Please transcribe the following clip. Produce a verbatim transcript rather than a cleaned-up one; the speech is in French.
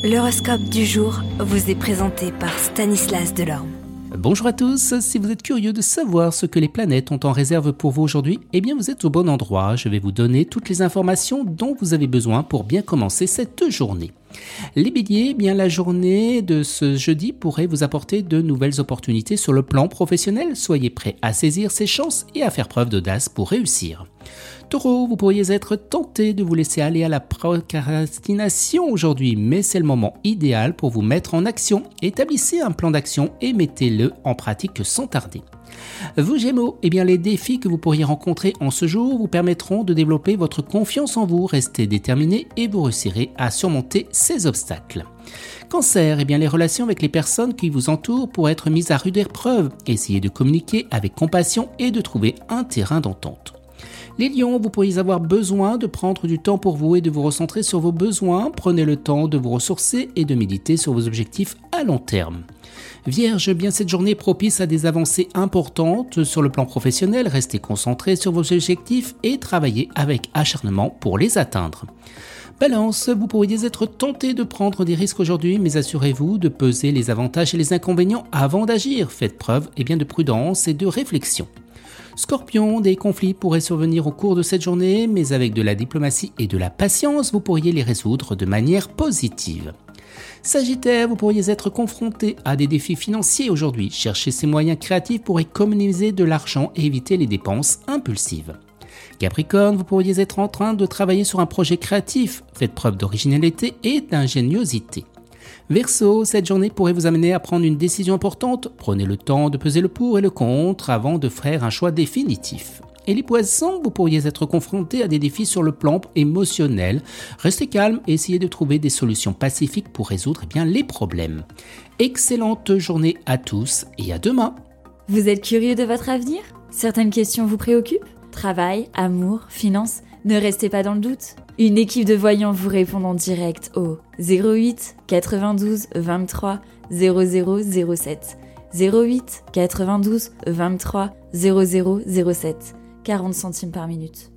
L'horoscope du jour vous est présenté par Stanislas Delorme. Bonjour à tous, si vous êtes curieux de savoir ce que les planètes ont en réserve pour vous aujourd'hui, eh bien vous êtes au bon endroit. Je vais vous donner toutes les informations dont vous avez besoin pour bien commencer cette journée. Les béliers, eh bien la journée de ce jeudi pourrait vous apporter de nouvelles opportunités sur le plan professionnel. Soyez prêts à saisir ces chances et à faire preuve d'audace pour réussir. Taureau, vous pourriez être tenté de vous laisser aller à la procrastination aujourd'hui, mais c'est le moment idéal pour vous mettre en action. Établissez un plan d'action et mettez-le en pratique sans tarder. Vous Gémeaux, eh bien les défis que vous pourriez rencontrer en ce jour vous permettront de développer votre confiance en vous. Restez déterminé et vous réussirez à surmonter ces obstacles. Cancer, eh bien les relations avec les personnes qui vous entourent pourraient être mises à rude épreuve. Essayez de communiquer avec compassion et de trouver un terrain d'entente. Les lions, vous pourriez avoir besoin de prendre du temps pour vous et de vous recentrer sur vos besoins. Prenez le temps de vous ressourcer et de méditer sur vos objectifs à long terme. Vierge, bien cette journée est propice à des avancées importantes sur le plan professionnel. Restez concentré sur vos objectifs et travaillez avec acharnement pour les atteindre. Balance, vous pourriez être tenté de prendre des risques aujourd'hui, mais assurez-vous de peser les avantages et les inconvénients avant d'agir. Faites preuve eh bien, de prudence et de réflexion. Scorpion, des conflits pourraient survenir au cours de cette journée, mais avec de la diplomatie et de la patience, vous pourriez les résoudre de manière positive. Sagittaire, vous pourriez être confronté à des défis financiers aujourd'hui. Cherchez ces moyens créatifs pour économiser de l'argent et éviter les dépenses impulsives. Capricorne, vous pourriez être en train de travailler sur un projet créatif. Faites preuve d'originalité et d'ingéniosité. Verseau, cette journée pourrait vous amener à prendre une décision importante. Prenez le temps de peser le pour et le contre avant de faire un choix définitif. Et les poissons, vous pourriez être confrontés à des défis sur le plan émotionnel. Restez calme et essayez de trouver des solutions pacifiques pour résoudre eh bien, les problèmes. Excellente journée à tous et à demain. Vous êtes curieux de votre avenir ? Certaines questions vous préoccupent ? Travail, amour, finances ? Ne restez pas dans le doute. Une équipe de voyants vous répond en direct au zéro huit quatre-vingt-douze vingt-trois zéro zéro zéro sept zéro huit quatre-vingt-douze vingt-trois zéro zéro zéro sept quarante centimes par minute.